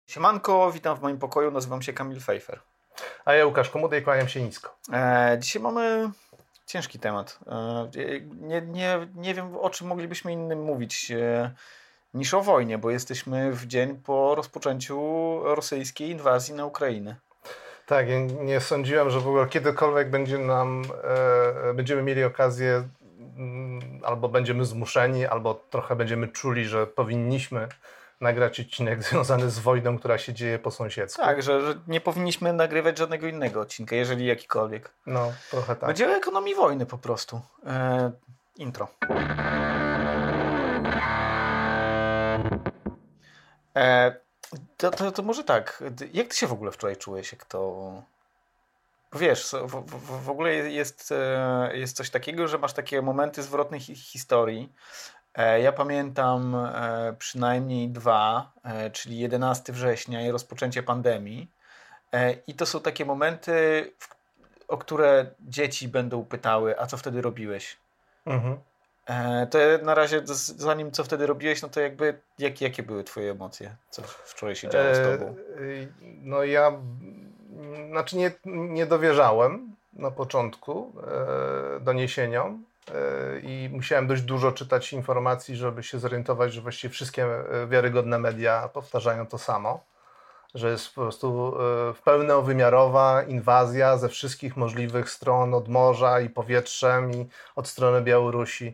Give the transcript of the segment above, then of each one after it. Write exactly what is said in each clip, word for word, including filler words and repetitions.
Siemanko, witam w moim pokoju, nazywam się Kamil Fejfer. A ja Łukasz Komuda i kłaniam się nisko. E, dzisiaj mamy ciężki temat. E, nie, nie, nie wiem, o czym moglibyśmy innym mówić e, niż o wojnie, bo jesteśmy w dzień po rozpoczęciu rosyjskiej inwazji na Ukrainę. Tak, ja nie sądziłem, że w ogóle kiedykolwiek będzie nam, e, będziemy mieli okazję, m, albo będziemy zmuszeni, albo trochę będziemy czuli, że powinniśmy nagrać odcinek związany z wojną, która się dzieje po sąsiedzku. Tak, że, że nie powinniśmy nagrywać żadnego innego odcinka, jeżeli jakikolwiek. No, trochę tak. Będzie o ekonomii wojny po prostu. E, intro. E, to, to, to może tak. Jak ty się w ogóle wczoraj czułeś, jak to... Wiesz, w, w, w ogóle jest, jest coś takiego, że masz takie momenty zwrotnej hi- historii. Ja pamiętam przynajmniej dwa, czyli jedenastego września i rozpoczęcie pandemii. I to są takie momenty, o które dzieci będą pytały, a co wtedy robiłeś? Mhm. To na razie, zanim co wtedy robiłeś, no to jakby, jak, jakie były twoje emocje? Co wczoraj się działo z tobą? No ja, znaczy nie, nie dowierzałem na początku doniesieniom. I musiałem dość dużo czytać informacji, żeby się zorientować, że właściwie wszystkie wiarygodne media powtarzają to samo, że jest po prostu pełnowymiarowa inwazja ze wszystkich możliwych stron, od morza i powietrzem i od strony Białorusi.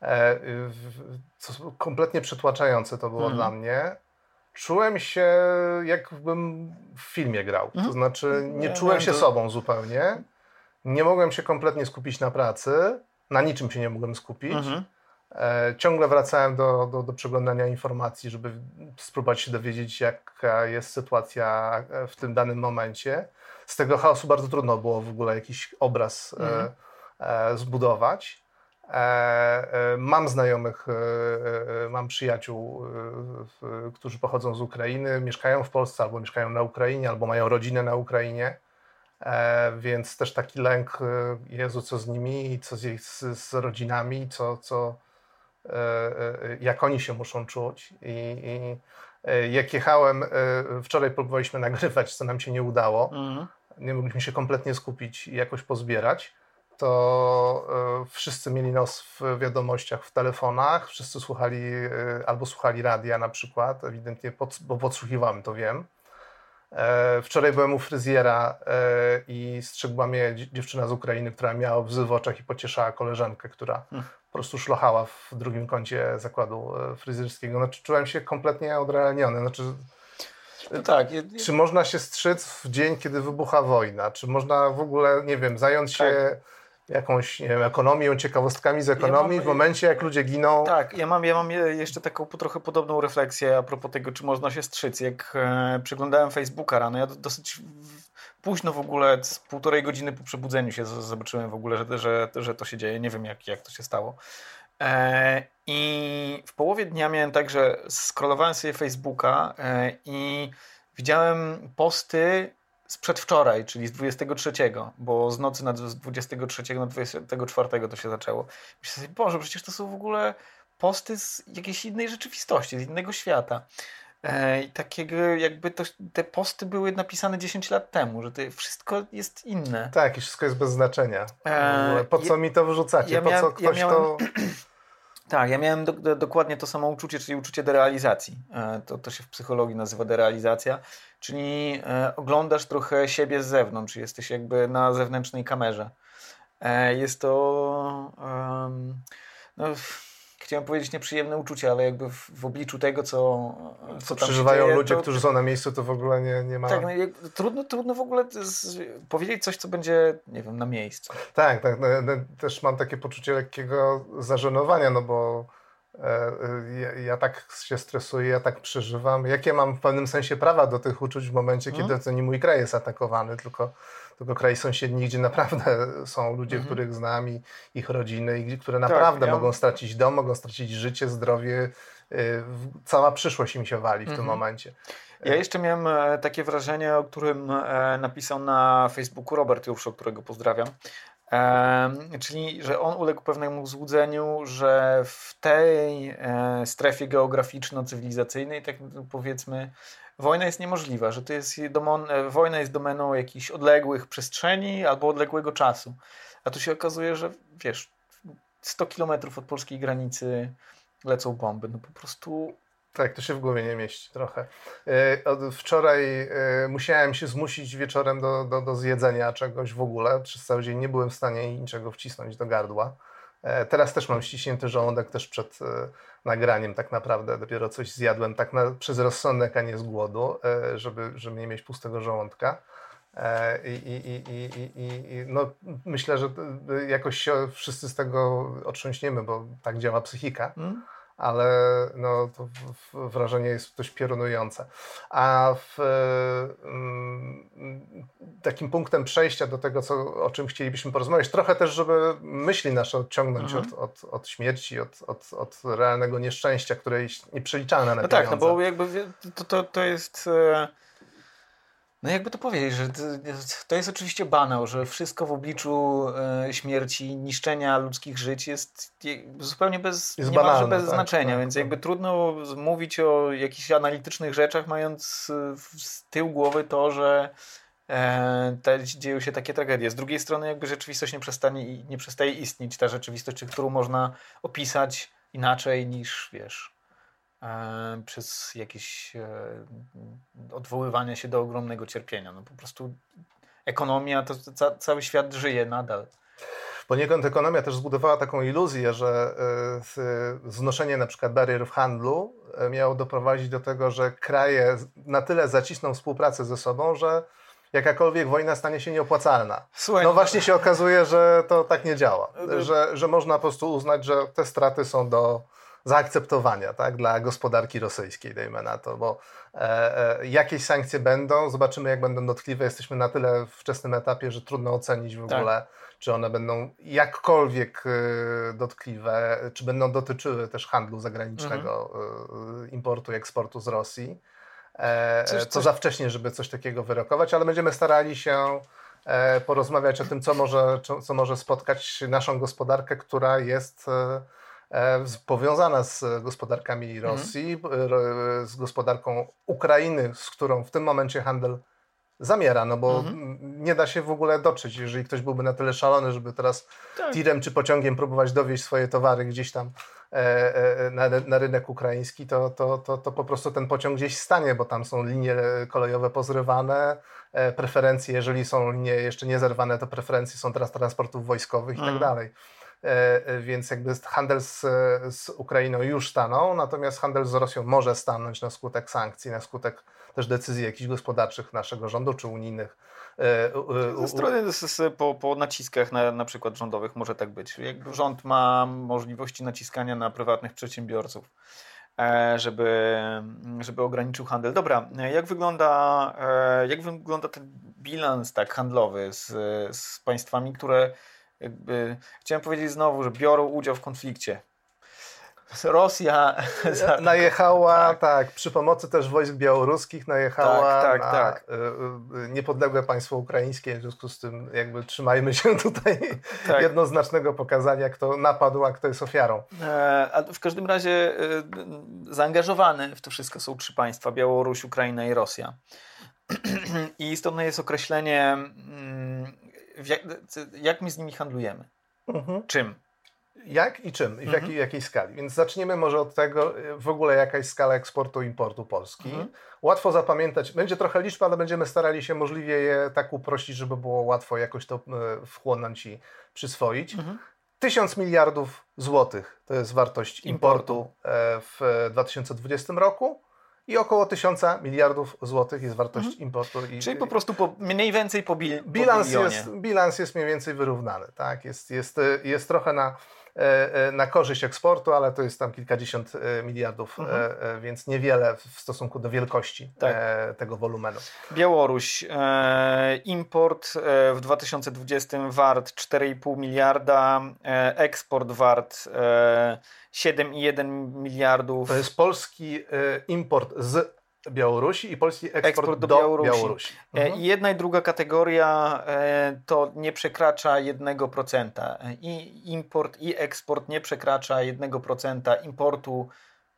Co kompletnie przytłaczające to było mhm. dla mnie. Czułem się, jakbym w filmie grał, mhm. to znaczy nie ja czułem się to... sobą zupełnie, nie mogłem się kompletnie skupić na pracy. Na niczym się nie mogłem skupić. Mhm. E, ciągle wracałem do, do, do przeglądania informacji, żeby spróbować się dowiedzieć, jaka jest sytuacja w tym danym momencie. Z tego chaosu bardzo trudno było w ogóle jakiś obraz mhm. e, e, zbudować. E, e, mam znajomych, e, mam przyjaciół, e, którzy pochodzą z Ukrainy, mieszkają w Polsce, albo mieszkają na Ukrainie, albo mają rodzinę na Ukrainie. E, więc też taki lęk, Jezu, co z nimi i co z, ich, z, z rodzinami, co, co, e, e, jak oni się muszą czuć. I, i e, jak jechałem, e, wczoraj próbowaliśmy nagrywać, co nam się nie udało, mhm. nie mogliśmy się kompletnie skupić i jakoś pozbierać, to e, wszyscy mieli nos w wiadomościach, w telefonach, wszyscy słuchali e, albo słuchali radia na przykład, ewidentnie, pod, bo podsłuchiwałem, to wiem. Wczoraj byłem u fryzjera i strzegła mnie dziewczyna z Ukrainy, która miała łzy w oczach i pocieszała koleżankę, która hmm. po prostu szlochała w drugim kącie zakładu fryzjerskiego. Znaczy, czułem się kompletnie odrealniony. Znaczy, no tak. Czy można się strzyc w dzień, kiedy wybucha wojna? Czy można w ogóle, nie wiem, zająć się tak. jakąś, nie wiem, ekonomią, ciekawostkami z ekonomii ja mam, w momencie, jak ludzie giną? Tak, ja mam, ja mam jeszcze taką trochę podobną refleksję a propos tego, czy można się strzyc. Jak e, przeglądałem Facebooka rano, ja dosyć w, późno w ogóle, z półtorej godziny po przebudzeniu się zobaczyłem w ogóle, że, że, że to się dzieje. Nie wiem, jak, jak to się stało. E, I w połowie dnia miałem tak, że scrollowałem sobie Facebooka e, i widziałem posty z przedwczoraj, czyli z dwudziestego trzeciego, bo z nocy na z dwudziestego trzeciego na dwudziestego czwartego to się zaczęło. Myślę sobie, Boże, przecież to są w ogóle posty z jakiejś innej rzeczywistości, z innego świata. E, I takiego jakby to, te posty były napisane dziesięć lat temu, że to wszystko jest inne. Tak, i wszystko jest bez znaczenia. E, po co ja, mi to wyrzucacie? Ja po miałem, co ktoś ja miałem... to... Tak, ja miałem do, do, dokładnie to samo uczucie, czyli uczucie derealizacji. E, to, to się w psychologii nazywa derealizacja, czyli e, oglądasz trochę siebie z zewnątrz, jesteś jakby na zewnętrznej kamerze. E, jest to, um, no, chciałem powiedzieć nieprzyjemne uczucie, ale jakby w, w obliczu tego, co, co, co tam przeżywają dzieje, ludzie, to, którzy są na miejscu, to w ogóle nie, nie ma... Tak, no, jak, trudno, trudno w ogóle z, powiedzieć coś, co będzie, nie wiem, na miejscu. Tak, tak. No, no, też mam takie poczucie lekkiego zażenowania, no bo e, ja, ja tak się stresuję, ja tak przeżywam. Jakie mam w pewnym sensie prawa do tych uczuć w momencie, hmm. kiedy to nie mój kraj jest atakowany, tylko, tylko kraj sąsiedni, gdzie naprawdę są ludzie, hmm. których znam i ich rodziny, i które naprawdę tak, ja... mogą stracić dom, mogą stracić życie, zdrowie. Y, cała przyszłość im się wali w hmm. tym momencie. Ja jeszcze miałem takie wrażenie, o którym napisał na Facebooku Robert Jurszok, którego pozdrawiam. E, czyli, że on uległ pewnemu złudzeniu, że w tej e, strefie geograficzno-cywilizacyjnej, tak powiedzmy, wojna jest niemożliwa, że to jest domon, wojna jest domeną jakichś odległych przestrzeni albo odległego czasu. A tu się okazuje, że wiesz, sto kilometrów od polskiej granicy lecą bomby. No po prostu... Tak, to się w głowie nie mieści trochę. Yy, od wczoraj yy, musiałem się zmusić wieczorem do, do, do zjedzenia czegoś w ogóle. Przez cały dzień nie byłem w stanie niczego wcisnąć do gardła. Yy, teraz też mam ściśnięty żołądek, też przed yy, nagraniem tak naprawdę dopiero coś zjadłem tak na, przez rozsądek, a nie z głodu, yy, żeby, żeby nie mieć pustego żołądka. I, i, i, i, i no, myślę, że jakoś się wszyscy z tego otrząśniemy, bo tak działa psychika. Hmm? Ale no, to wrażenie jest dość piorunujące. A w, y, takim punktem przejścia do tego, co, o czym chcielibyśmy porozmawiać, trochę też, żeby myśli nasze odciągnąć mhm. od, od, od śmierci, od, od, od realnego nieszczęścia, które jest nieprzeliczalne na no pieniądze. Tak, no bo jakby to, to, to jest... No jakby to powiedzieć, że to jest oczywiście banał, że wszystko w obliczu e, śmierci, niszczenia ludzkich żyć jest zupełnie bez, jest niemalże banalne, bez tak, znaczenia, tak, więc tak. jakby trudno mówić o jakichś analitycznych rzeczach, mając z tyłu głowy to, że e, te, dzieją się takie tragedie. Z drugiej strony jakby rzeczywistość nie, przestanie, nie przestaje istnieć, ta rzeczywistość, którą można opisać inaczej niż, wiesz... E, przez jakieś e, odwoływanie się do ogromnego cierpienia. No po prostu ekonomia, to ca, cały świat żyje nadal. Poniekąd ekonomia też zbudowała taką iluzję, że y, znoszenie na przykład barier w handlu miało doprowadzić do tego, że kraje na tyle zacisną współpracę ze sobą, że jakakolwiek wojna stanie się nieopłacalna. Słuchaj, no właśnie się okazuje, że to tak nie działa. Że, że można po prostu uznać, że te straty są do zaakceptowania, tak, dla gospodarki rosyjskiej, dajmy na to, bo e, e, jakieś sankcje będą, zobaczymy jak będą dotkliwe, jesteśmy na tyle wczesnym etapie, że trudno ocenić w tak. ogóle, czy one będą jakkolwiek e, dotkliwe, czy będą dotyczyły też handlu zagranicznego, mhm. e, importu i eksportu z Rosji. E, coś, co coś... za wcześnie, żeby coś takiego wyrokować, ale będziemy starali się e, porozmawiać o tym, co może, co, co może spotkać naszą gospodarkę, która jest e, powiązana z gospodarkami Rosji, mm. z gospodarką Ukrainy, z którą w tym momencie handel zamiera, no bo mm. nie da się w ogóle dotrzeć. Jeżeli ktoś byłby na tyle szalony, żeby teraz tak. tirem czy pociągiem próbować dowieźć swoje towary gdzieś tam e, e, na, na rynek ukraiński, to, to, to, to po prostu ten pociąg gdzieś stanie, bo tam są linie kolejowe pozrywane, e, preferencje, jeżeli są linie jeszcze nie zerwane, to preferencje są teraz transportów wojskowych mm. i tak dalej. Więc jakby handel z, z Ukrainą już stanął, natomiast handel z Rosją może stanąć na skutek sankcji, na skutek też decyzji jakichś gospodarczych naszego rządu czy unijnych. Ze strony po, po naciskach na, na przykład rządowych może tak być. Jakby rząd ma możliwości naciskania na prywatnych przedsiębiorców, żeby, żeby ograniczył handel. Dobra, jak wygląda, jak wygląda ten bilans tak handlowy z, z państwami, które jakby, chciałem powiedzieć znowu, że biorą udział w konflikcie. Rosja najechała, tak. tak, przy pomocy też wojsk białoruskich najechała tak, tak, na tak. niepodległe państwo ukraińskie, w związku z tym jakby trzymajmy się tutaj tak. jednoznacznego pokazania, kto napadł, a kto jest ofiarą. A w każdym razie zaangażowane w to wszystko są trzy państwa, Białoruś, Ukraina i Rosja. I istotne jest określenie, jak, jak my z nimi handlujemy. Mhm. Czym? Jak i czym? I w jakiej, jakiej skali? Więc zaczniemy może od tego, w ogóle jaka jest skala eksportu i importu Polski. Mhm. Łatwo zapamiętać, będzie trochę liczb, ale będziemy starali się możliwie je tak uprościć, żeby było łatwo jakoś to wchłonąć i przyswoić. Mhm. Tysiąc miliardów złotych to jest wartość importu, importu w dwa tysiące dwudziestym roku. I około tysiąca miliardów złotych jest wartość mhm. importu. I, Czyli po prostu po, mniej więcej po, bil, bilans po jest, bilans jest mniej więcej wyrównany. Tak? Jest, jest, jest trochę na, na korzyść eksportu, ale to jest tam kilkadziesiąt miliardów, mhm. więc niewiele w stosunku do wielkości tak. tego wolumenu. Białoruś. E, import w dwa tysiące dwudziestym wart cztery i pół miliarda, e, eksport wart e, siedem i jeden miliardów. To jest polski e, import z Białorusi i polski eksport, eksport do, do Białorusi. Białorusi. Mhm. I jedna i druga kategoria e, to nie przekracza jednego procenta. I import i eksport nie przekracza jednego procenta importu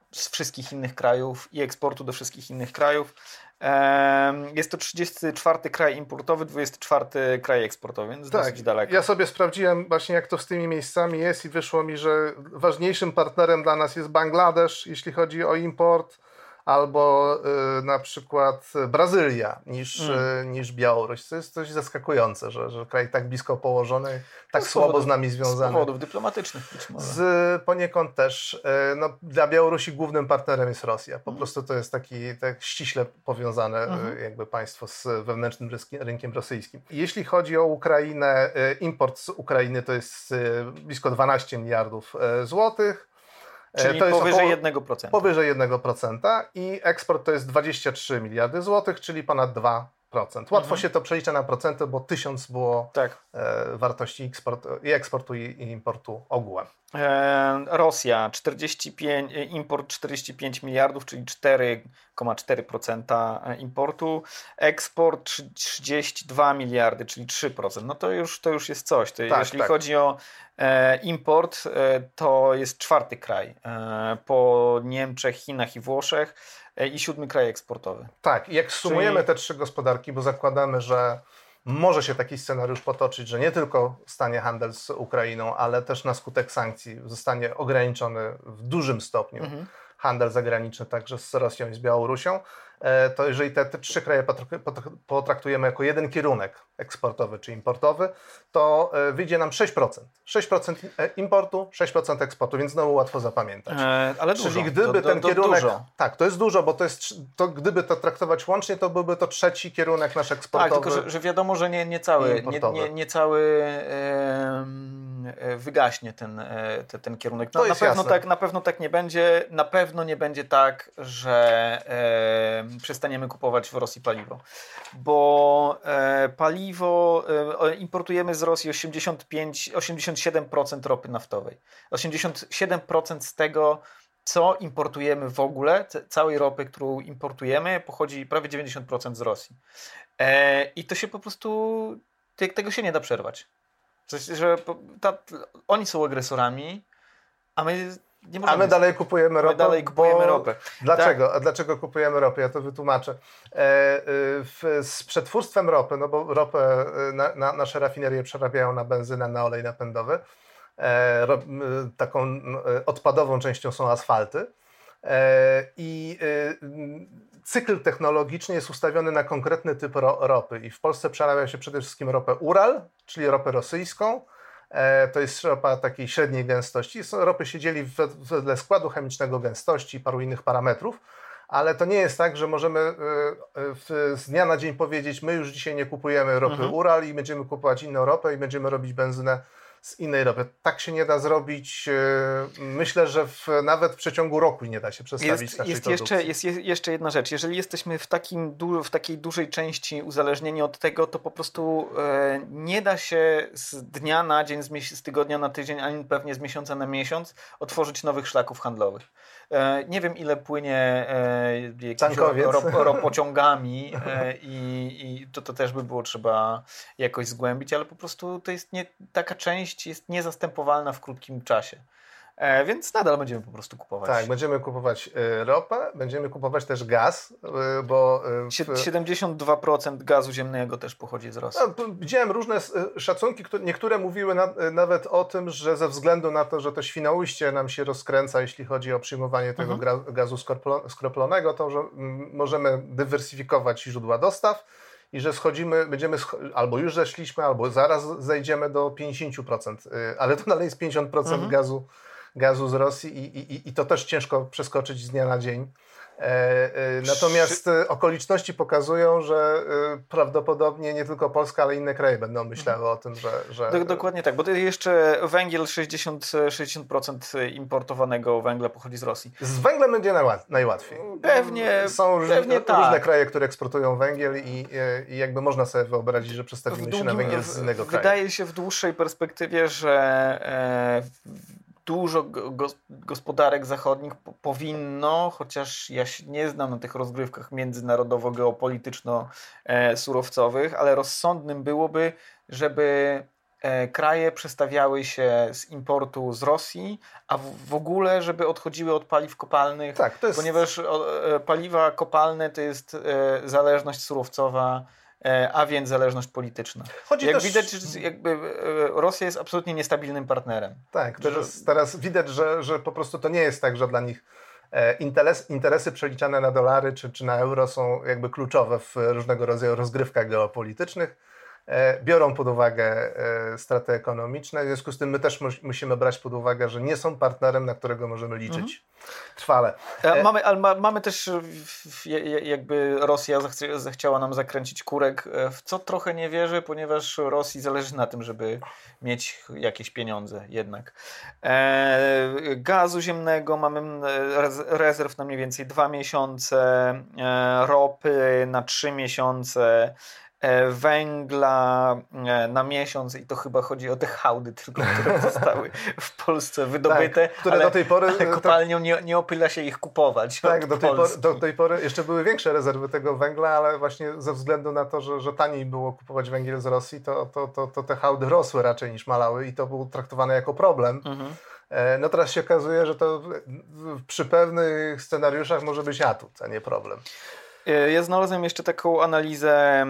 z wszystkich innych krajów i eksportu do wszystkich innych krajów. Jest to trzydziesty czwarty kraj importowy, dwudziesty czwarty kraj eksportowy, więc tak, dosyć daleko. Ja sobie sprawdziłem właśnie, jak to z tymi miejscami jest i wyszło mi, że ważniejszym partnerem dla nas jest Bangladesz, jeśli chodzi o import, albo y, na przykład Brazylia niż, mm. y, niż Białoruś. To jest coś zaskakujące, że, że kraj tak blisko położony, tak z słabo powodów, z nami związany. Z powodów dyplomatycznych być może. Z, poniekąd też. Y, no, dla Białorusi głównym partnerem jest Rosja. Po mm. prostu to jest taki tak ściśle powiązane mm. y, jakby państwo z wewnętrznym rynkiem rosyjskim. Jeśli chodzi o Ukrainę, y, import z Ukrainy to jest y, blisko dwanaście miliardów y, złotych. Czyli to jest powyżej około, jednego procenta. Powyżej jednego procenta i eksport to jest dwadzieścia trzy miliardy złotych, czyli ponad dwa procent. Łatwo mhm. się to przelicza na procenty, bo tysiąc było tak. e, wartości eksport, i eksportu i, i importu ogółem. E, Rosja czterdzieści pięć, import czterdzieści pięć miliardów, czyli cztery przecinek cztery procent importu, eksport trzydzieści dwa miliardy, czyli trzy procent. No to już, to już jest coś. To tak, jeśli tak. chodzi o e, import, e, to jest czwarty kraj e, po Niemczech, Chinach i Włoszech e, i siódmy kraj eksportowy. Tak, i jak sumujemy czyli... te trzy gospodarki, bo zakładamy, że może się taki scenariusz potoczyć, że nie tylko stanie handel z Ukrainą, ale też na skutek sankcji zostanie ograniczony w dużym stopniu mhm. handel zagraniczny także z Rosją i z Białorusią, to jeżeli te, te trzy kraje potraktujemy jako jeden kierunek eksportowy czy importowy, to wyjdzie nam sześć procent. sześć procent importu, sześć procent eksportu, więc znowu łatwo zapamiętać. E, ale Czyli dużo. gdyby do, ten do, kierunek... Dużo. Tak, to jest dużo, bo to jest, to, gdyby to traktować łącznie, to byłby to trzeci kierunek nasz eksportowy. Tak, tylko że, że wiadomo, że nie, nie cały, nie, nie, nie cały e, wygaśnie ten, e, ten, ten kierunek. No, na, pewno tak, na pewno tak nie będzie. Na pewno nie będzie tak, że e, przestaniemy kupować w Rosji paliwo. Bo e, paliwo e, importujemy z Rosji osiemdziesiąt pięć, osiemdziesiąt siedem procent ropy naftowej. osiemdziesiąt siedem procent z tego, co importujemy w ogóle, całej ropy, którą importujemy, pochodzi prawie dziewięćdziesiąt procent z Rosji. E, I to się po prostu, tego się nie da przerwać. W sensie, że ta, oni są agresorami, a my nie możemy. A my dalej kupujemy ropę. My dalej kupujemy ropę. Dlaczego? Tak. A dlaczego kupujemy ropę? Ja to wytłumaczę. E, w, z przetwórstwem ropy, no bo ropę na, na, nasze rafinerie przerabiają na benzynę, na olej napędowy. E, ro, taką odpadową częścią są asfalty. E, I e, cykl technologiczny jest ustawiony na konkretny typ ro, ropy. I w Polsce przerabia się przede wszystkim ropę Ural, czyli ropę rosyjską. To jest ropa takiej średniej gęstości. Ropy się dzieli wedle składu chemicznego, gęstości i paru innych parametrów, ale to nie jest tak, że możemy z dnia na dzień powiedzieć, my już dzisiaj nie kupujemy ropy mhm. Ural i będziemy kupować inną ropę i będziemy robić benzynę z innej ropy. Tak się nie da zrobić. Myślę, że w, nawet w przeciągu roku nie da się przestawić jest, naszej jest produkcji. Jeszcze, jest jeszcze jedna rzecz. Jeżeli jesteśmy w, takim, w takiej dużej części uzależnieni od tego, to po prostu e, nie da się z dnia na dzień, z, z tygodnia na tydzień, ani pewnie z miesiąca na miesiąc otworzyć nowych szlaków handlowych. E, nie wiem, ile płynie e, jakimiś ro, ropociągami e, i, i to, to też by było trzeba jakoś zgłębić, ale po prostu to jest nie, taka część jest niezastępowalna w krótkim czasie. E, więc nadal będziemy po prostu kupować. Tak, będziemy kupować y, ropę, będziemy kupować też gaz, y, bo... Y, w... siedemdziesiąt dwa procent gazu ziemnego też pochodzi z Rosji. No, widziałem różne y, szacunki, które niektóre mówiły na, y, nawet o tym, że ze względu na to, że to Świnoujście nam się rozkręca, jeśli chodzi o przyjmowanie tego mhm. gra, gazu skroplo, skroplonego, to że y, możemy dywersyfikować źródła dostaw i że schodzimy, będziemy, scho- albo już zeszliśmy, albo zaraz zejdziemy do pięćdziesiąt procent, y, ale to dalej jest pięćdziesiąt procent mhm. gazu gazu z Rosji i, i, i to też ciężko przeskoczyć z dnia na dzień. E, e, natomiast e, okoliczności pokazują, że e, prawdopodobnie nie tylko Polska, ale inne kraje będą myślały o tym, że... że Do, dokładnie tak, bo to jeszcze węgiel sześćdziesiąt procent importowanego węgla pochodzi z Rosji. Z węglem będzie najłatwiej. Pewnie, Są pewnie różne tak. kraje, które eksportują węgiel i, i jakby można sobie wyobrazić, że przestawimy długim, się na węgiel z innego kraju. Wydaje się w dłuższej perspektywie, że e, dużo go, gospodarek zachodnich po, powinno, chociaż ja się nie znam na tych rozgrywkach międzynarodowo-geopolityczno-surowcowych, ale rozsądnym byłoby, żeby e, kraje przestawiały się z importu z Rosji, a w, w ogóle, żeby odchodziły od paliw kopalnych, tak, to jest... ponieważ o, e, paliwa kopalne to jest e, zależność surowcowa, e, a więc zależność polityczna. Chodzi Jak też... widać, jakby e, Rosja jest absolutnie niestabilnym partnerem. Tak, teraz, że... teraz widać, że, że po prostu to nie jest tak, że dla nich Interes, interesy przeliczane na dolary czy, czy na euro są jakby kluczowe w różnego rodzaju rozgrywkach geopolitycznych. Biorą pod uwagę straty ekonomiczne, w związku z tym my też musimy brać pod uwagę, że nie są partnerem, na którego możemy liczyć mhm. trwale. Mamy, ale ma, mamy też jakby Rosja zachci, zechciała nam zakręcić kurek, w co trochę nie wierzę, ponieważ Rosji zależy na tym, żeby mieć jakieś pieniądze jednak. E, gazu ziemnego mamy rezerw na mniej więcej dwa miesiące, e, ropy na trzy miesiące, węgla na miesiąc i to chyba chodzi o te hałdy tylko, które zostały w Polsce wydobyte, tak, które ale, do tej pory, ale kopalnią to... nie, nie opyla się ich kupować. Tak, do tej, pory, do tej pory jeszcze były większe rezerwy tego węgla, ale właśnie ze względu na to, że, że taniej było kupować węgiel z Rosji, to, to, to, to te hałdy rosły raczej niż malały i to było traktowane jako problem. Mhm. No teraz się okazuje, że to przy pewnych scenariuszach może być atut, a nie problem. Ja znalazłem jeszcze taką analizę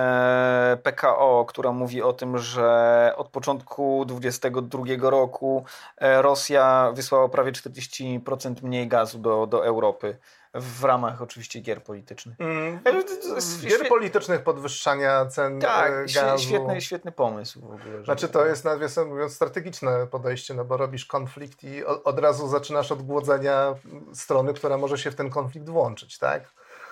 P K O, która mówi o tym, że od początku dwudziestego drugiego roku Rosja wysłała prawie czterdzieści procent mniej gazu do, do Europy. W ramach oczywiście gier politycznych. Mm, gier świe... politycznych, podwyższania cen tak, gazu. Świetny, świetny pomysł w ogóle. Znaczy to jest, nawiasem mówiąc, strategiczne podejście, no bo robisz konflikt i od razu zaczynasz od głodzenia strony, która może się w ten konflikt włączyć, tak?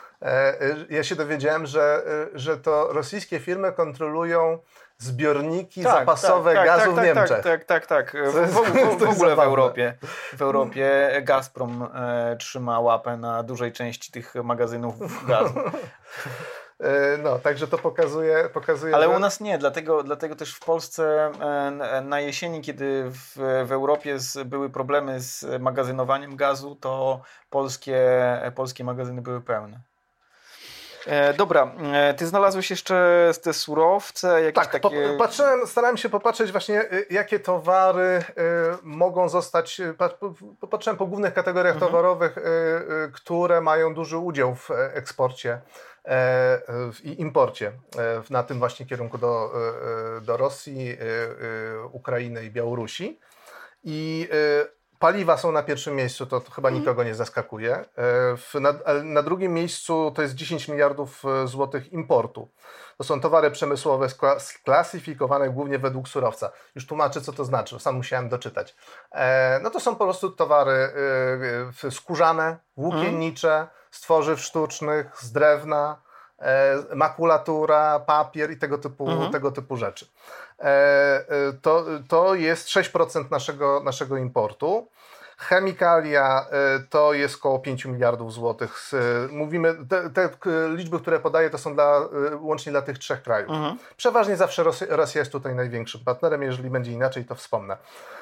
Ja się dowiedziałem, że, że to rosyjskie firmy kontrolują zbiorniki tak, zapasowe tak, gazu tak, w Niemczech. Tak, tak, tak. tak. W, w, w, w ogóle w Europie. W Europie Gazprom e, trzyma łapę na dużej części tych magazynów gazu. No, także to pokazuje... pokazuje Ale że... u nas nie, dlatego, dlatego też w Polsce e, na jesieni, kiedy w, w Europie z, były problemy z magazynowaniem gazu, to polskie, polskie magazyny były pełne. E, dobra, e, ty znalazłeś jeszcze te surowce, jakieś tak, takie... Po, patrzyłem, starałem się popatrzeć właśnie, jakie towary y, mogą zostać... Popatrzyłem po głównych kategoriach mhm. towarowych, y, y, które mają duży udział w eksporcie i imporcie na tym właśnie kierunku do, do Rosji, Ukrainy i Białorusi. I paliwa są na pierwszym miejscu, to, to chyba nikogo nie zaskakuje. Na, na drugim miejscu to jest dziesięć miliardów złotych importu. To są towary przemysłowe sklasyfikowane głównie według surowca. Już tłumaczę, co to znaczy, sam musiałem doczytać. No to są po prostu towary skórzane, włókiennicze, z tworzyw sztucznych, z drewna, makulatura, papier i tego typu, mhm. tego typu rzeczy. To, to jest sześć procent naszego, naszego importu. Chemikalia to jest około pięć miliardów złotych. Mówimy, te, te liczby, które podaję, to są dla, łącznie dla tych trzech krajów. Mhm. Przeważnie zawsze Rosja, Rosja jest tutaj największym partnerem, jeżeli będzie inaczej, to wspomnę.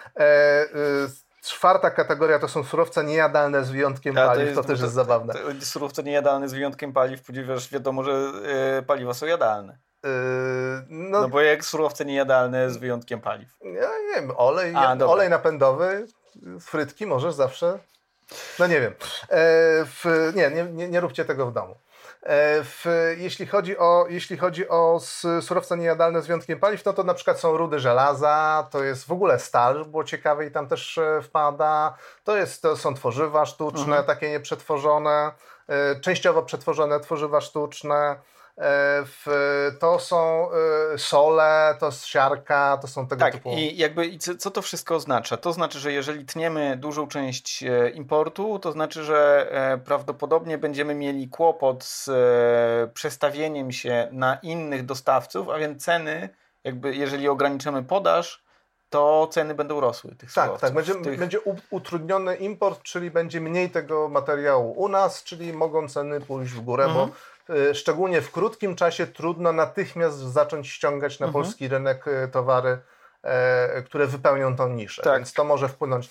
Czwarta kategoria to są surowce niejadalne z wyjątkiem ja, paliw, to, jest, to też to, jest zabawne. To, to surowce niejadalne z wyjątkiem paliw, ponieważ wiadomo, że yy, paliwa są jadalne. Yy, no, no bo jak surowce niejadalne z wyjątkiem paliw. Ja nie wiem, olej, A, olej napędowy, frytki możesz zawsze, no nie wiem. E, w, nie, nie, nie, nie róbcie tego w domu. W, jeśli, chodzi o, jeśli chodzi o surowce niejadalne z wyjątkiem paliw, no to na przykład są rudy żelaza, to jest w ogóle stal, było ciekawe i tam też wpada, to, jest, to są tworzywa sztuczne, mhm. takie nieprzetworzone, częściowo przetworzone tworzywa sztuczne, to są sole, to jest siarka, to są tego tak, typu... Tak, i jakby i co to wszystko oznacza? To znaczy, że jeżeli tniemy dużą część importu, to znaczy, że prawdopodobnie będziemy mieli kłopot z przestawieniem się na innych dostawców, a więc ceny, jakby jeżeli ograniczymy podaż, to ceny będą rosły tych Tak, surowców. tak. Będzie, tych... będzie utrudniony import, czyli będzie mniej tego materiału u nas, czyli mogą ceny pójść w górę, mhm. bo szczególnie w krótkim czasie trudno natychmiast zacząć ściągać na mhm. polski rynek towary, e, które wypełnią tą niszę. Tak. Więc to może wpłynąć na,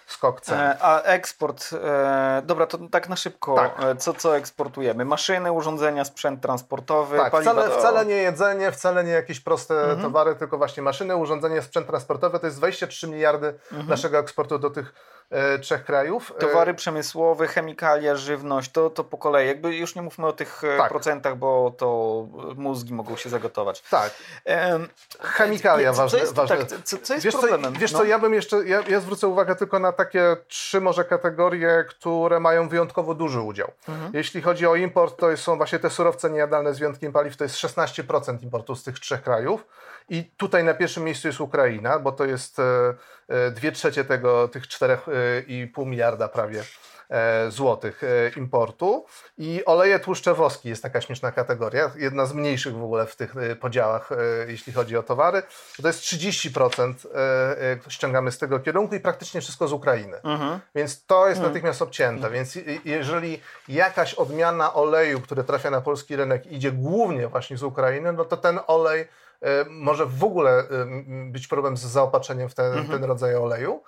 skok cen. E, a eksport, e, dobra, to tak na szybko, Tak. E, co, co eksportujemy? Maszyny, urządzenia, sprzęt transportowy, Tak, paliwa. wcale, to... wcale nie jedzenie, wcale nie jakieś proste Mhm. towary, tylko właśnie maszyny, urządzenia, sprzęt transportowy. To jest dwadzieścia trzy miliardy Mhm. naszego eksportu do tych e, trzech krajów. Towary przemysłowe, chemikalia, żywność, to, to po kolei. Jakby już nie mówmy o tych e, Tak. procentach, bo to mózgi mogą się zagotować. Tak. Em, Chemikalia co, ważne. co jest, ważne. tak, co, co jest Wiesz, problemem? Co, wiesz No. co, ja bym jeszcze, ja, ja zwrócę uwagę tylko na takie trzy może kategorie, które mają wyjątkowo duży udział. Mhm. Jeśli chodzi o import, to są właśnie te surowce niejadalne z wyjątkiem paliw, to jest szesnaście procent importu z tych trzech krajów. I tutaj na pierwszym miejscu jest Ukraina, bo to jest e, e, dwie trzecie tego, tych czterech i pół miliarda prawie e, złotych e, importu. I oleje tłuszcze woski jest taka śmieszna kategoria, jedna z mniejszych w ogóle w tych e, podziałach, e, jeśli chodzi o towary. To jest trzydzieści procent e, e, ściągamy z tego kierunku i praktycznie wszystko z Ukrainy. Mhm. Więc to jest natychmiast obcięte. Więc jeżeli jakaś odmiana oleju, który trafia na polski rynek, idzie głównie właśnie z Ukrainy, no to ten olej może w ogóle być problem z zaopatrzeniem w ten, Mhm. ten rodzaj oleju,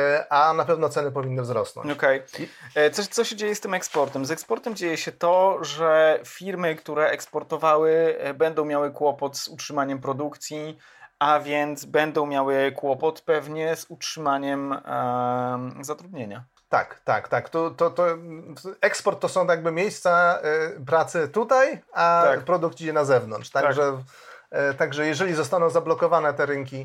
a na pewno ceny powinny wzrosnąć. Okej. Okay. Co, co się dzieje z tym eksportem? Z eksportem dzieje się to, że firmy, które eksportowały, będą miały kłopot z utrzymaniem produkcji, a więc będą miały kłopot pewnie z utrzymaniem e, zatrudnienia. Tak, tak, tak. To, to, to eksport to są jakby miejsca y, pracy tutaj, a Tak. produkt idzie na zewnątrz. Także, tak. y, także jeżeli zostaną zablokowane te rynki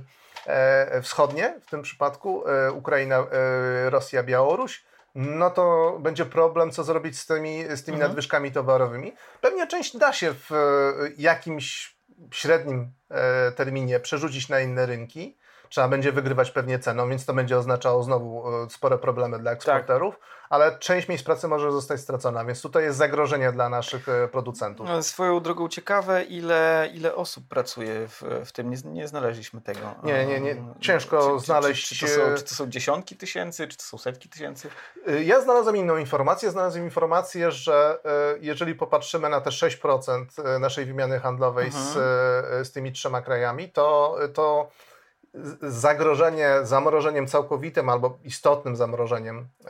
y, wschodnie, w tym przypadku y, Ukraina, y, Rosja, Białoruś, no to będzie problem, co zrobić z tymi, z tymi Mhm. nadwyżkami towarowymi. Pewnie część da się w y, jakimś średnim y, terminie przerzucić na inne rynki. Trzeba będzie wygrywać pewnie ceną, więc to będzie oznaczało znowu spore problemy dla eksporterów, tak. ale część miejsc pracy może zostać stracona, więc tutaj jest zagrożenie dla naszych producentów. Swoją drogą ciekawe, ile, ile osób pracuje w, w tym, nie, nie znaleźliśmy tego. Nie, nie, nie. Ciężko czy, znaleźć... Czy, czy, czy, to są, czy to są dziesiątki tysięcy, czy to są setki tysięcy? Ja znalazłem inną informację. Znalazłem informację, że jeżeli popatrzymy na te sześć procent naszej wymiany handlowej mhm. z, z tymi trzema krajami, to... to zagrożenie zamrożeniem całkowitym albo istotnym zamrożeniem e,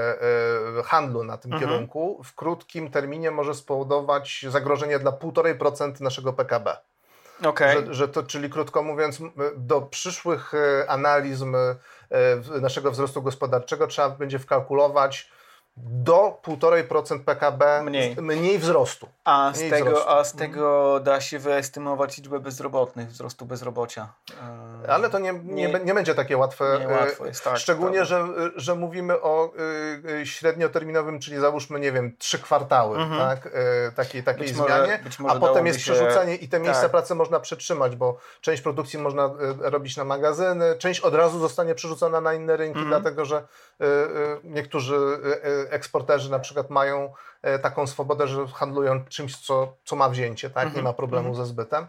e, handlu na tym mhm. kierunku w krótkim terminie może spowodować zagrożenie dla półtora procent naszego P K B. Okay. Że, że to, czyli krótko mówiąc, do przyszłych analiz naszego wzrostu gospodarczego trzeba będzie wkalkulować do półtora procent P K B mniej, mniej wzrostu. A mniej z, tego, wzrostu. a z tego da się wyestymować liczbę bezrobotnych, wzrostu bezrobocia. Ale to nie, nie, nie, nie będzie takie łatwe. Nie łatwo jest, tak, szczególnie, że, że mówimy o y, średnioterminowym, czyli załóżmy, nie wiem, trzy kwartały, mm-hmm. tak? Y, takiej takiej być zmianie, może, być może a potem jest się... przerzucenie i te miejsca tak. pracy można przetrzymać, bo część produkcji można y, robić na magazyny, część od razu zostanie przerzucona na inne rynki, mm-hmm. dlatego że y, y, niektórzy y, eksporterzy na przykład mają y, taką swobodę, że handlują czymś, co, co ma wzięcie, tak? Mm-hmm. Nie ma problemu mm-hmm. ze zbytem.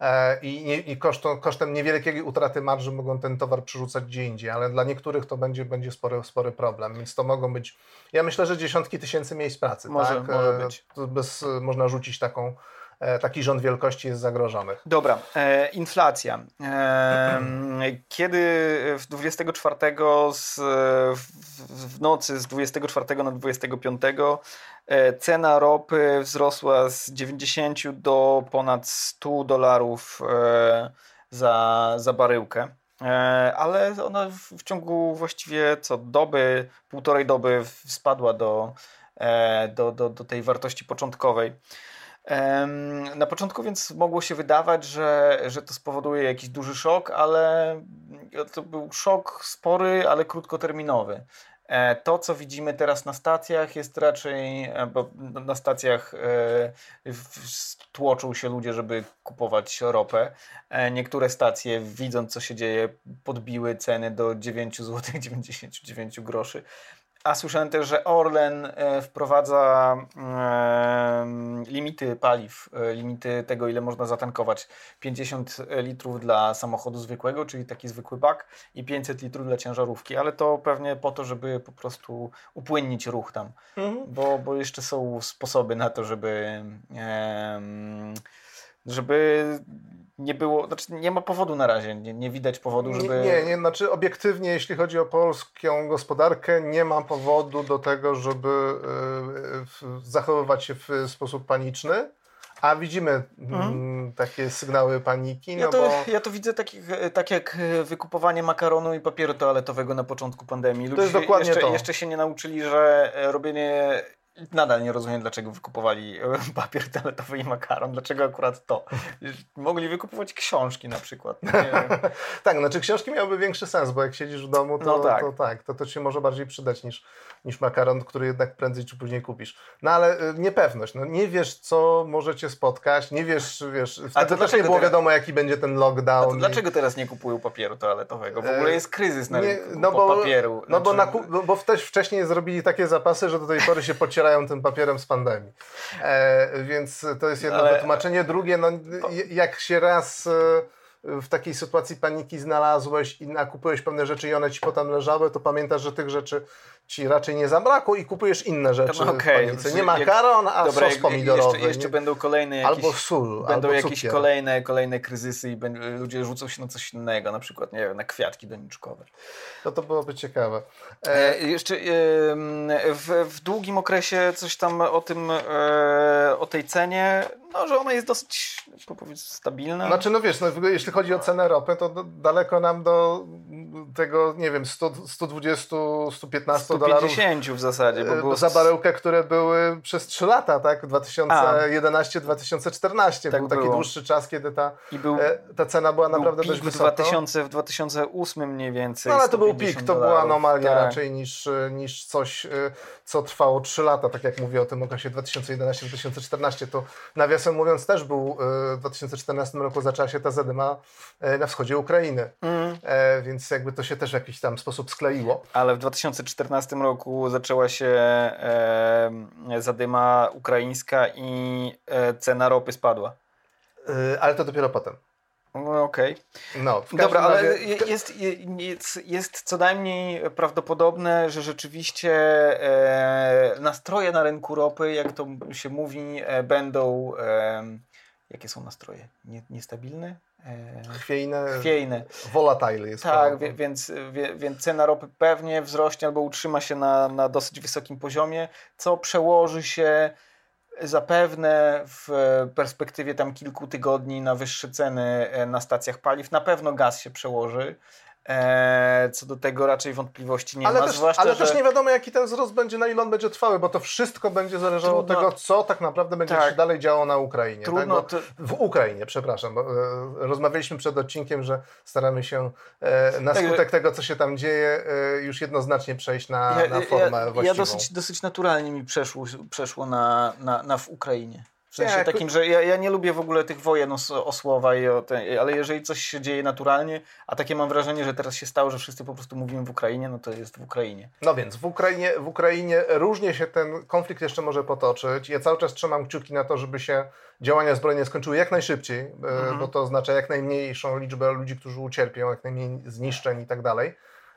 I, i kosztem, kosztem niewielkiej utraty marży mogą ten towar przerzucać gdzie indziej, ale dla niektórych to będzie, będzie spory, spory problem, więc to mogą być, ja myślę, że dziesiątki tysięcy miejsc pracy. Może, tak? może być. Bez, można rzucić taką, taki rząd wielkości jest zagrożonych. Dobra, e, inflacja. E, kiedy dwudziestego czwartego z, w, w nocy z dwudziestego czwartego na dwudziestego piątego cena ropy wzrosła z dziewięćdziesięciu do ponad stu dolarów za, za baryłkę, ale ona w ciągu właściwie co doby, półtorej doby spadła do, do, do, do tej wartości początkowej. Na początku więc mogło się wydawać, że, że to spowoduje jakiś duży szok, ale to był szok spory, ale krótkoterminowy. To, co widzimy teraz na stacjach, jest raczej, bo na stacjach tłoczą się ludzie, żeby kupować ropę. Niektóre stacje, widząc co się dzieje, podbiły ceny do dziewięć złotych dziewięćdziesiąt dziewięć groszy. A słyszałem też, że Orlen wprowadza limity paliw, limity tego, ile można zatankować. pięćdziesiąt litrów dla samochodu zwykłego, czyli taki zwykły bak, i pięćset litrów dla ciężarówki, ale to pewnie po to, żeby po prostu upłynnić ruch tam, mhm. bo, bo jeszcze są sposoby na to, żeby żeby nie było, znaczy nie ma powodu na razie, nie, nie widać powodu, żeby... Nie, nie, znaczy obiektywnie, jeśli chodzi o polską gospodarkę, nie ma powodu do tego, żeby y, zachowywać się w sposób paniczny, a widzimy mhm. takie sygnały paniki. Ja, no to, bo... ja to widzę tak, tak jak wykupowanie makaronu i papieru toaletowego na początku pandemii. Ludzie to jest dokładnie jeszcze, to. jeszcze się nie nauczyli, że robienie... Nadal nie rozumiem, dlaczego wykupowali papier toaletowy i makaron. Dlaczego akurat to? Mogli wykupować książki na przykład. Nie tak, znaczy książki miałyby większy sens, bo jak siedzisz w domu, to no tak. To, tak, to, to ci może bardziej przydać niż, niż makaron, który jednak prędzej czy później kupisz. No ale y, niepewność. No, nie wiesz, co może cię spotkać, nie wiesz, wiesz, wtedy to też nie było teraz... wiadomo, jaki będzie ten lockdown. A to dlaczego i... teraz nie kupują papieru toaletowego? W ogóle jest kryzys na rynku nie, no bo, papieru. No znaczy... bo, na, no bo też wcześniej zrobili takie zapasy, że do tej pory się pocierają tym papierem z pandemii. E, więc to jest jedno ale... wytłumaczenie. Drugie, no, jak się raz w takiej sytuacji paniki znalazłeś i nakupujesz pewne rzeczy i one ci potem leżały, to pamiętasz, że tych rzeczy ci raczej nie zabrakło i kupujesz inne rzeczy no, okay. w panice. Nie makaron, a Dobra, sos pomidorowy. Jeszcze, jeszcze będą kolejne jakieś, albo sól, będą albo jakieś cukier. kolejne, kolejne kryzysy i będą, ludzie rzucą się na coś innego, na przykład, nie wiem, na kwiatki doniczkowe. No to byłoby ciekawe. E... E, jeszcze e, w, w długim okresie coś tam o tym, e, o tej cenie, no, że ona jest dosyć, powiedz, stabilna. Znaczy, no wiesz, no, jeśli chodzi o cenę ropy, to do, daleko nam do tego, nie wiem, sto, sto dwadzieścia, sto piętnaście dolarów. sto pięćdziesiąt w zasadzie. Bo było... Za baryłkę, które były przez trzy lata, tak? dwa tysiące jedenaście dwa tysiące czternaście. Tak był taki było. dłuższy czas, kiedy ta, I był, ta cena była naprawdę dość wysoka. W dwa tysiące ósmym mniej więcej. No ale to był pik, to była anomalia tak. raczej niż, niż coś, co trwało trzy lata, tak jak mówię o tym okresie dwa tysiące jedenaście dwa tysiące czternaście. To nawiasem mówiąc też był w dwa tysiące czternastym roku zaczęła się ta zadyma na wschodzie Ukrainy. Mm. E, więc jakby to się też w jakiś tam sposób skleiło. Ale w dwa tysiące czternastym roku zaczęła się e, zadyma ukraińska i e, cena ropy spadła. E, ale to dopiero potem. No, okej. Okay. No, dobra, ale razie... jest, jest, jest co najmniej prawdopodobne, że rzeczywiście e, nastroje na rynku ropy, jak to się mówi, e, będą... E, jakie są nastroje? Nie, niestabilne? E, chwiejne. Chwiejne. Volatile jest. Tak, wie, więc, wie, więc cena ropy pewnie wzrośnie albo utrzyma się na, na dosyć wysokim poziomie, co przełoży się zapewne w perspektywie tam kilku tygodni na wyższe ceny na stacjach paliw. Na pewno gaz się przełoży. Eee, co do tego raczej wątpliwości nie ale ma. Też, zwłaszcza, ale że... też nie wiadomo, jaki ten wzrost będzie, na ile on będzie trwały, bo to wszystko będzie zależało od tego, co tak naprawdę będzie tak. się dalej działo na Ukrainie. Trudno, tak? to... W Ukrainie, przepraszam. Bo, e, rozmawialiśmy przed odcinkiem, że staramy się e, na skutek tak, tego, co się tam dzieje, e, już jednoznacznie przejść na, ja, na formę ja, właściwą. Ja dosyć, dosyć naturalnie mi przeszło, przeszło na, na, na w Ukrainie. W sensie nie, takim, że ja, ja nie lubię w ogóle tych wojen o, o słowa, i o te, ale jeżeli coś się dzieje naturalnie, a takie mam wrażenie, że teraz się stało, że wszyscy po prostu mówimy w Ukrainie, no to jest w Ukrainie. No więc w Ukrainie, w Ukrainie różnie się ten konflikt jeszcze może potoczyć. Ja cały czas trzymam kciuki na to, żeby się działania zbrojne skończyły jak najszybciej, mhm. bo to oznacza jak najmniejszą liczbę ludzi, którzy ucierpią, jak najmniej zniszczeń i tak dalej.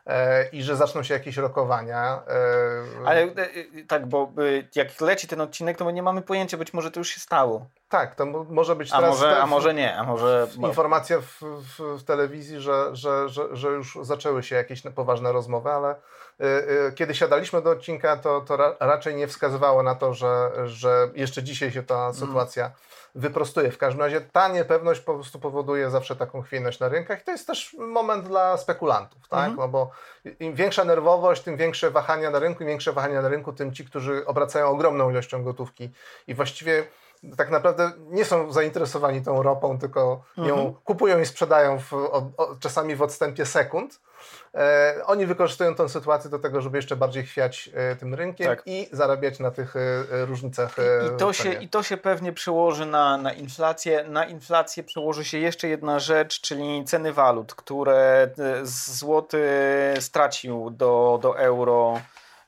I że zaczną się jakieś rokowania. Ale tak, bo jak leci ten odcinek, to my nie mamy pojęcia, być może to już się stało. Tak, to może być teraz... A może, te, a może nie, a może... Informacja w, w, w telewizji, że, że, że, że już zaczęły się jakieś poważne rozmowy, ale y, y, kiedy siadaliśmy do odcinka, to, to ra, raczej nie wskazywało na to, że, że jeszcze dzisiaj się ta sytuacja mm. wyprostuje. W każdym razie ta niepewność po prostu powoduje zawsze taką chwiejność na rynkach i to jest też moment dla spekulantów, tak? Mm. No bo im większa nerwowość, tym większe wahania na rynku, im większe wahania na rynku, tym ci, którzy obracają ogromną ilością gotówki i właściwie tak naprawdę nie są zainteresowani tą ropą, tylko ją mhm. kupują i sprzedają w, o, o, czasami w odstępie sekund. E, oni wykorzystują tę sytuację do tego, żeby jeszcze bardziej chwiać e, tym rynkiem tak. i zarabiać na tych e, różnicach. E, I, to się, I to się pewnie przełoży na, na inflację. Na inflację przełoży się jeszcze jedna rzecz, czyli ceny walut, które złoty stracił do, do euro.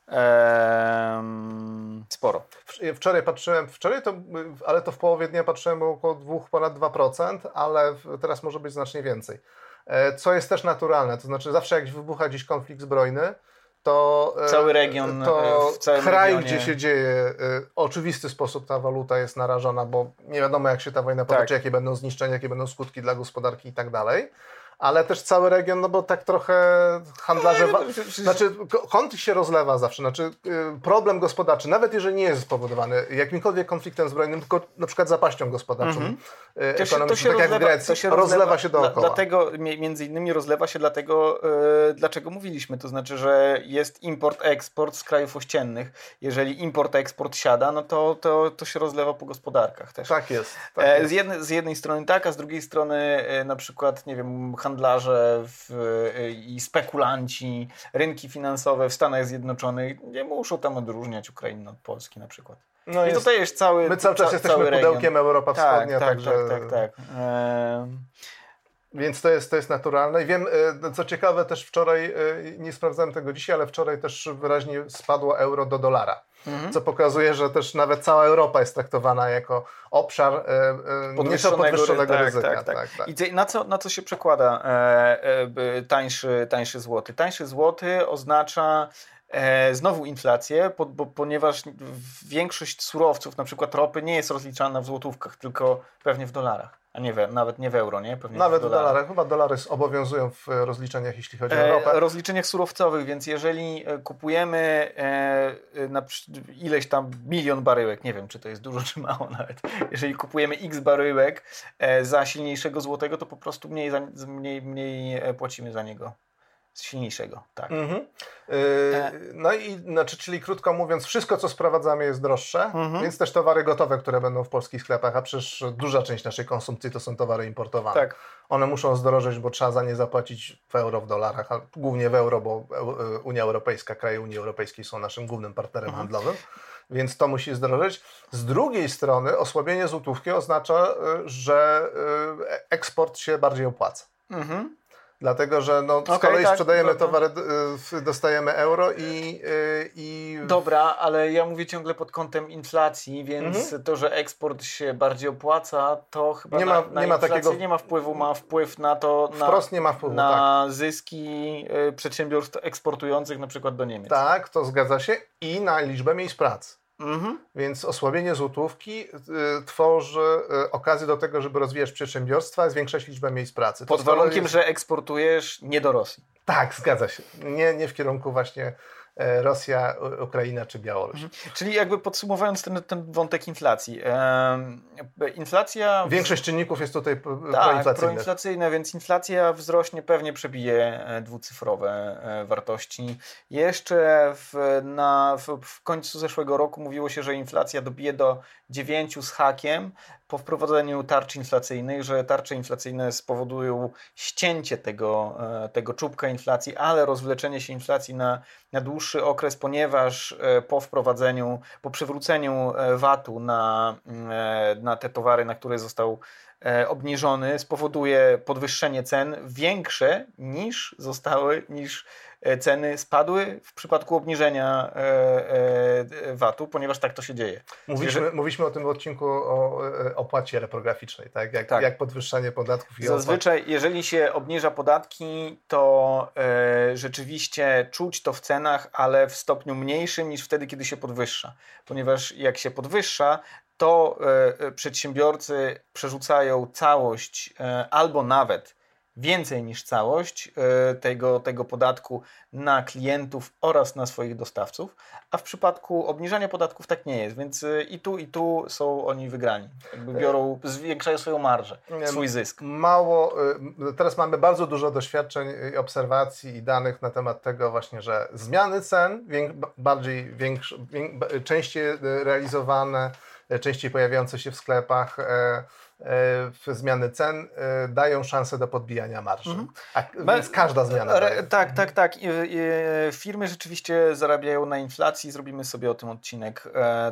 Ehm, sporo. Wczoraj patrzyłem, wczoraj to, ale to w połowie dnia patrzyłem około dwa, ponad dwa procent, ale teraz może być znacznie więcej. Co jest też naturalne, to znaczy zawsze jak wybucha gdzieś konflikt zbrojny, to cały region, to w całym kraj, regionie. gdzie się dzieje, w oczywisty sposób ta waluta jest narażona, bo nie wiadomo, jak się ta wojna potoczy, tak. jakie będą zniszczenia, jakie będą skutki dla gospodarki i tak dalej. Ale też cały region, no bo tak trochę handlarze... Wa- znaczy, kąt się rozlewa zawsze. Znaczy, problem gospodarczy, nawet jeżeli nie jest spowodowany jakimkolwiek konfliktem zbrojnym, tylko na przykład zapaścią gospodarczą, mm-hmm. ekonomiczną, tak rozlewa, jak w Grecji, się rozlewa, rozlewa się dookoła. Dla, dlatego, między innymi rozlewa się dlatego, yy, dlaczego mówiliśmy. To znaczy, że jest import-eksport z krajów ościennych. Jeżeli import-eksport siada, no to, to, to się rozlewa po gospodarkach też. Tak jest. Tak e, jest. Z, jednej, z jednej strony tak, a z drugiej strony yy, na przykład, nie wiem, handlarze w, i spekulanci, rynki finansowe w Stanach Zjednoczonych nie muszą tam odróżniać Ukrainy od Polski na przykład. No I jest, tutaj jest cały my cały czas ca, jesteśmy cały pudełkiem region. Europa tak, Wschodnia. Tak, także... tak, tak, tak. E... Więc to jest, to jest naturalne. I wiem, co ciekawe, też wczoraj, nie sprawdzałem tego dzisiaj, ale wczoraj też wyraźnie spadło euro do dolara. Mhm. Co pokazuje, że też nawet cała Europa jest traktowana jako obszar podwyższonego, nieco podwyższonego tak, ryzyka. Tak, tak. Tak, tak. I na co, na co się przekłada e, e, tańszy, tańszy złoty? Tańszy złoty oznacza e, znowu inflację, po, bo, ponieważ większość surowców, na przykład ropy, nie jest rozliczana w złotówkach, tylko pewnie w dolarach. A nie we, nawet nie w euro, nie? Pewnie nawet w dolarach. dolarach. Chyba dolary obowiązują w rozliczeniach, jeśli chodzi o ropę. E, rozliczeniach surowcowych, więc jeżeli kupujemy e, na, ileś tam milion baryłek, nie wiem, czy to jest dużo, czy mało nawet, jeżeli kupujemy x baryłek e, za silniejszego złotego, to po prostu mniej, za, mniej, mniej płacimy za niego. Z silniejszego, tak. Mhm. Yy, no i znaczy, czyli krótko mówiąc, wszystko co sprowadzamy jest droższe, mhm. więc też towary gotowe, które będą w polskich sklepach, a przecież duża część naszej konsumpcji to są towary importowane. Tak. One muszą zdrożeć, bo trzeba za nie zapłacić w euro, w dolarach, a głównie w euro, bo Unia Europejska, kraje Unii Europejskiej są naszym głównym partnerem mhm. handlowym. Więc to musi zdrożeć. Z drugiej strony osłabienie złotówki oznacza, że eksport się bardziej opłaca. Mhm. Dlatego, że no, z okay, kolei tak, sprzedajemy dobra. towary, dostajemy euro i... i... Dobra, ale ja mówię ciągle pod kątem inflacji, więc mhm. to, że eksport się bardziej opłaca, to chyba nie ma, na, na nie ma takiego... nie ma wpływu, ma wpływ na to, na, wprost nie ma wpływu, na tak. zyski przedsiębiorstw eksportujących na przykład do Niemiec. Tak, to zgadza się i na liczbę miejsc pracy. Mhm. Więc osłabienie złotówki y, tworzy y, okazję do tego, żeby rozwijać przedsiębiorstwa, zwiększać liczbę miejsc pracy. Pod warunkiem, jest... że eksportujesz nie do Rosji. Tak, zgadza się. Nie, nie w kierunku właśnie Rosja, Ukraina czy Białoruś. Mhm. Czyli jakby podsumowując ten, ten wątek inflacji. E, inflacja... Większość czynników jest tutaj tak, proinflacyjnych. proinflacyjne, więc inflacja wzrośnie, pewnie przebije dwucyfrowe wartości. Jeszcze w, na, w, w końcu zeszłego roku mówiło się, że inflacja dobije do dziewięciu z hakiem po wprowadzeniu tarcz inflacyjnych, że tarcze inflacyjne spowodują ścięcie tego, tego czubka inflacji, ale rozwleczenie się inflacji na, na dłuższy okres, ponieważ po wprowadzeniu, po przywróceniu vatu na, na te towary, na które został obniżony, spowoduje podwyższenie cen większe niż zostały, niż ceny spadły w przypadku obniżenia vatu, ponieważ tak to się dzieje. Mówiliśmy, że... mówiliśmy o tym w odcinku o opłacie reprograficznej, tak? Jak, tak. jak podwyższanie podatków i Zazwyczaj, opłat. Jeżeli się obniża podatki, to e, rzeczywiście czuć to w cenach, ale w stopniu mniejszym niż wtedy, kiedy się podwyższa. Ponieważ jak się podwyższa, to e, przedsiębiorcy przerzucają całość e, albo nawet więcej niż całość e, tego, tego podatku na klientów oraz na swoich dostawców, a w przypadku obniżania podatków tak nie jest, więc e, i tu i tu są oni wygrani. Jakby biorą, zwiększają swoją marżę, swój zysk. Mało, teraz mamy bardzo dużo doświadczeń i obserwacji i danych na temat tego właśnie, że zmiany cen wiek, bardziej większe, wiek, częściej realizowane, częściej pojawiające się w sklepach, w zmiany cen dają szansę do podbijania marży. Mhm. A, więc każda zmiana daje. Tak, tak, tak. I, i, firmy rzeczywiście zarabiają na inflacji. Zrobimy sobie o tym odcinek.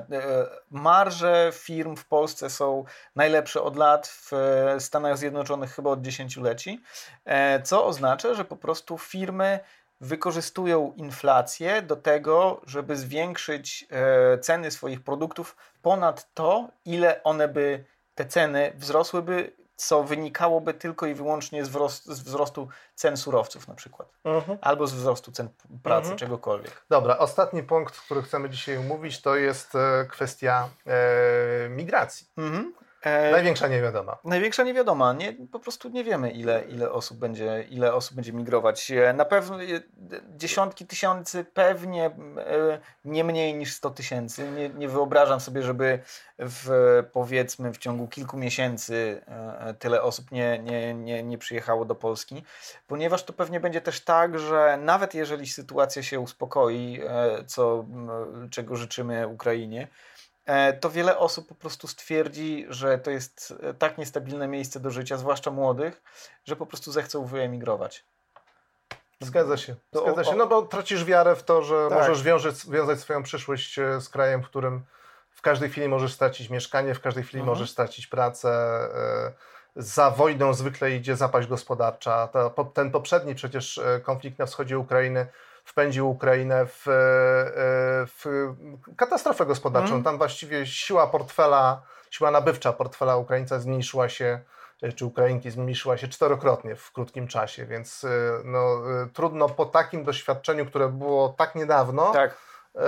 Marże firm w Polsce są najlepsze od lat, w Stanach Zjednoczonych chyba od dziesięcioleci, co oznacza, że po prostu firmy wykorzystują inflację do tego, żeby zwiększyć ceny swoich produktów ponad to, ile one by te ceny wzrosłyby co wynikałoby tylko i wyłącznie z, wzrost, z wzrostu cen surowców na przykład. Mhm. Albo z wzrostu cen pracy, Mhm. czegokolwiek. Dobra, ostatni punkt, który chcemy dzisiaj omówić, to jest e, kwestia e, migracji. Mhm. E, Największa niewiadoma. Największa niewiadoma. Nie, po prostu nie wiemy, ile, ile, osób będzie, ile osób będzie migrować. Na pewno dziesiątki tysięcy, pewnie e, nie mniej niż sto tysięcy. Nie, nie wyobrażam sobie, żeby w, powiedzmy w ciągu kilku miesięcy e, tyle osób nie, nie, nie, nie przyjechało do Polski, ponieważ to pewnie będzie też tak, że nawet jeżeli sytuacja się uspokoi, e, co, m, czego życzymy Ukrainie, to wiele osób po prostu stwierdzi, że to jest tak niestabilne miejsce do życia, zwłaszcza młodych, że po prostu zechcą wyemigrować. Zgadza się. To Zgadza o, się. No bo tracisz wiarę w to, że tak. możesz możesz wiązać swoją przyszłość z krajem, w którym w każdej chwili możesz stracić mieszkanie, w każdej chwili mhm. możesz stracić pracę. Za wojną zwykle idzie zapaść gospodarcza. To, ten poprzedni przecież konflikt na wschodzie Ukrainy wpędził Ukrainę w, w katastrofę gospodarczą. Mm. Tam właściwie siła portfela, siła nabywcza portfela Ukraińca zmniejszyła się, czy Ukrainki zmniejszyła się czterokrotnie w krótkim czasie, więc no, trudno po takim doświadczeniu, które było tak niedawno, tak. E,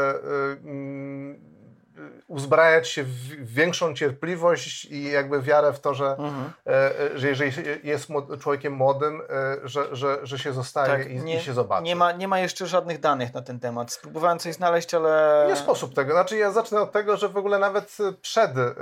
e, uzbrajać się w większą cierpliwość i jakby wiarę w to, że, mhm. e, że jeżeli jest człowiekiem młodym, e, że, że, że się zostaje tak, i, nie, i się zobaczy. Nie ma, nie ma jeszcze żadnych danych na ten temat. Spróbowałem coś znaleźć, ale... Nie sposób tego. Znaczy ja zacznę od tego, że w ogóle nawet przed e, e,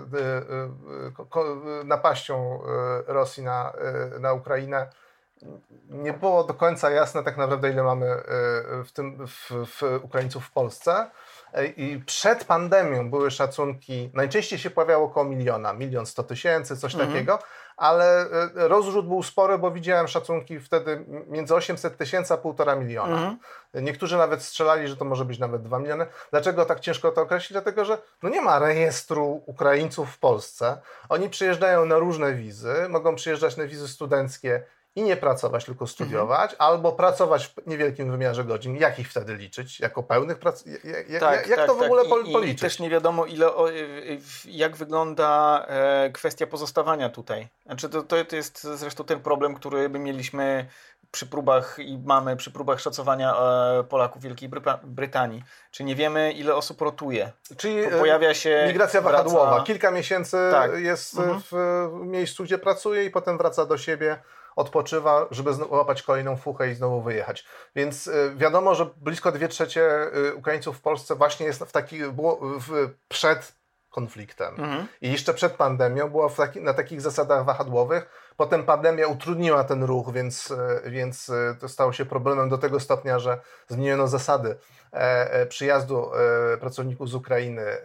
e, napaścią Rosji na, na Ukrainę nie było do końca jasne tak naprawdę, ile mamy w tym w, w Ukraińców w Polsce. I przed pandemią były szacunki, najczęściej się pojawiało około miliona, milion sto tysięcy, coś mhm. takiego, ale rozrzut był spory, bo widziałem szacunki wtedy między osiemset tysięcy a półtora miliona. Mhm. Niektórzy nawet strzelali, że to może być nawet dwa miliony. Dlaczego tak ciężko to określić? Dlatego, że no nie ma rejestru Ukraińców w Polsce. Oni przyjeżdżają na różne wizy, mogą przyjeżdżać na wizy studenckie i nie pracować, tylko studiować, mhm. albo pracować w niewielkim wymiarze godzin. Jak ich wtedy liczyć? Jako pełnych prac... Jak, tak, jak tak, to w tak. ogóle I, policzyć? I też nie wiadomo, ile, jak wygląda kwestia pozostawania tutaj. Znaczy to, to jest zresztą ten problem, który my mieliśmy przy próbach i mamy przy próbach szacowania Polaków w Wielkiej Brytanii. Czy nie wiemy, ile osób rotuje? Czyli pojawia się... migracja wraca... wahadłowa. Kilka miesięcy tak. jest mhm. w miejscu, gdzie pracuje i potem wraca do siebie, odpoczywa, żeby łapać kolejną fuchę i znowu wyjechać. Więc y, wiadomo, że blisko dwie trzecie y, Ukraińców w Polsce właśnie jest w taki, było w, przed konfliktem. Mhm. I jeszcze przed pandemią było w taki, na takich zasadach wahadłowych. Potem pandemia utrudniła ten ruch, więc, y, więc y, to stało się problemem do tego stopnia, że zmieniono zasady e, przyjazdu e, pracowników z Ukrainy. E,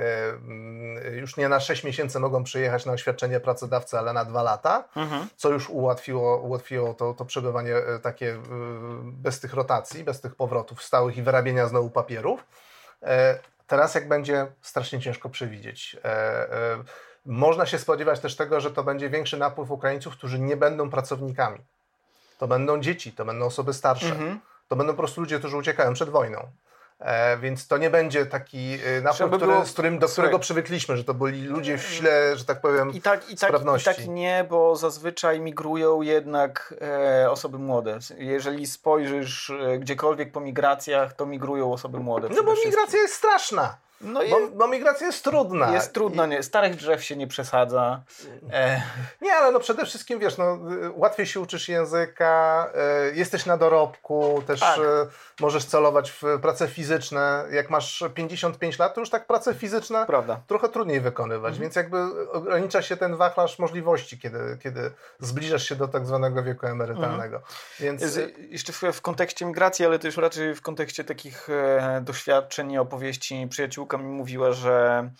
e, już nie na sześć miesięcy mogą przyjechać na oświadczenie pracodawcy, ale na dwa lata, mhm. co już ułatwiło, ułatwiło to, to przebywanie takie bez tych rotacji, bez tych powrotów stałych i wyrabiania znowu papierów. E, teraz jak będzie strasznie ciężko przewidzieć. E, e, można się spodziewać też tego, że to będzie większy napływ Ukraińców, którzy nie będą pracownikami. To będą dzieci, to będą osoby starsze. Mhm. To będą po prostu ludzie, którzy uciekają przed wojną. E, więc to nie będzie taki napływ, który, było... z którym, do którego Słuchaj. przywykliśmy, że to byli ludzie w sile, że tak powiem, I tak, i tak, sprawności. I tak nie, bo zazwyczaj migrują jednak e, osoby młode. Jeżeli spojrzysz e, gdziekolwiek po migracjach, to migrują osoby młode. No bo migracja jest straszna. No i bo, bo migracja jest trudna. Jest trudna, I... nie. Starych drzew się nie przesadza. E... Nie, ale no przede wszystkim, wiesz, no, łatwiej się uczysz języka, e, jesteś na dorobku, też tak. e, możesz celować w prace fizyczne. Jak masz pięćdziesiąt pięć lat, to już tak prace fizyczne Prawda. trochę trudniej wykonywać, mhm. więc jakby ogranicza się ten wachlarz możliwości, kiedy, kiedy zbliżasz się do tak zwanego wieku emerytalnego. Mhm. Więc... Jeszcze w, w kontekście migracji, ale też raczej w kontekście takich e, doświadczeń i opowieści przyjaciół mi mówiła, że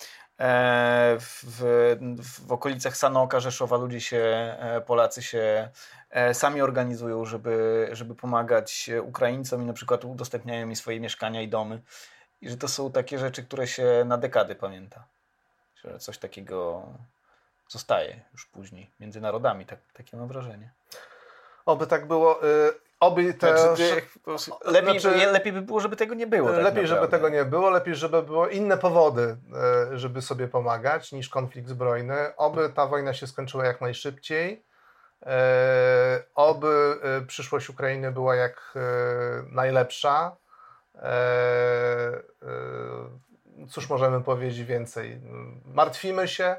w, w, w okolicach Sanoka, Rzeszowa ludzie się, Polacy się sami organizują, żeby, żeby pomagać Ukraińcom i na przykład udostępniają mi swoje mieszkania i domy. I że to są takie rzeczy, które się na dekady pamięta. Że coś takiego zostaje już później między narodami. Tak, takie mam wrażenie. Oby tak było. Oby te... Znaczy, lepiej, znaczy, lepiej by było, żeby tego nie było. Tak lepiej, naprawdę. żeby tego nie było, lepiej, żeby były inne powody, żeby sobie pomagać, niż konflikt zbrojny. Oby ta wojna się skończyła jak najszybciej. Oby przyszłość Ukrainy była jak najlepsza. Cóż możemy powiedzieć więcej? Martwimy się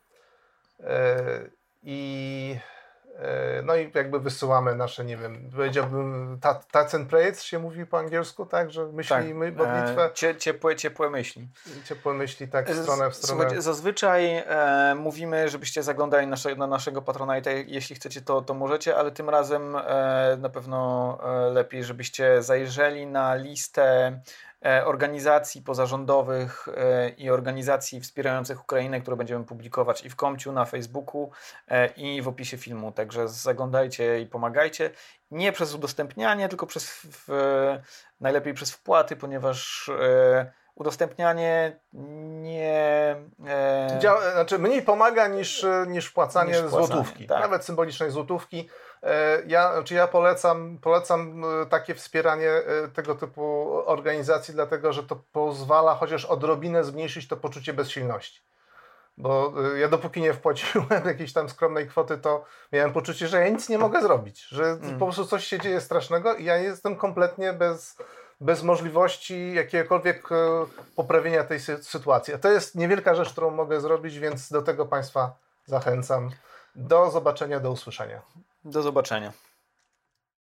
i no i jakby wysyłamy nasze, nie wiem, powiedziałbym, thoughts and prayers się mówi po angielsku, tak? Że myśli, tak. my, modlitwę. Cie, ciepłe, ciepłe myśli. Ciepłe myśli, tak, w stronę, w stronę. Słuchajcie, zazwyczaj e, mówimy, żebyście zaglądali nasze, na naszego Patronite'a, jeśli chcecie, to, to możecie, ale tym razem e, na pewno e, lepiej, żebyście zajrzeli na listę organizacji pozarządowych i organizacji wspierających Ukrainę, które będziemy publikować i w Komciu, na Facebooku i w opisie filmu. Także zaglądajcie i pomagajcie. Nie przez udostępnianie, tylko przez w, najlepiej przez wpłaty, ponieważ udostępnianie nie... E... Dzia- znaczy mniej pomaga niż, niż wpłacanie niż wpłacanie, złotówki, tak. Nawet symbolicznej złotówki. Ja, znaczy ja polecam, polecam takie wspieranie tego typu organizacji, dlatego że to pozwala chociaż odrobinę zmniejszyć to poczucie bezsilności. Bo ja dopóki nie wpłaciłem jakiejś tam skromnej kwoty, to miałem poczucie, że ja nic nie mogę zrobić, że mm. po prostu coś się dzieje strasznego i ja jestem kompletnie bez... bez możliwości jakiegokolwiek poprawienia tej sytuacji. A to jest niewielka rzecz, którą mogę zrobić, więc do tego Państwa zachęcam. Do zobaczenia, do usłyszenia. Do zobaczenia.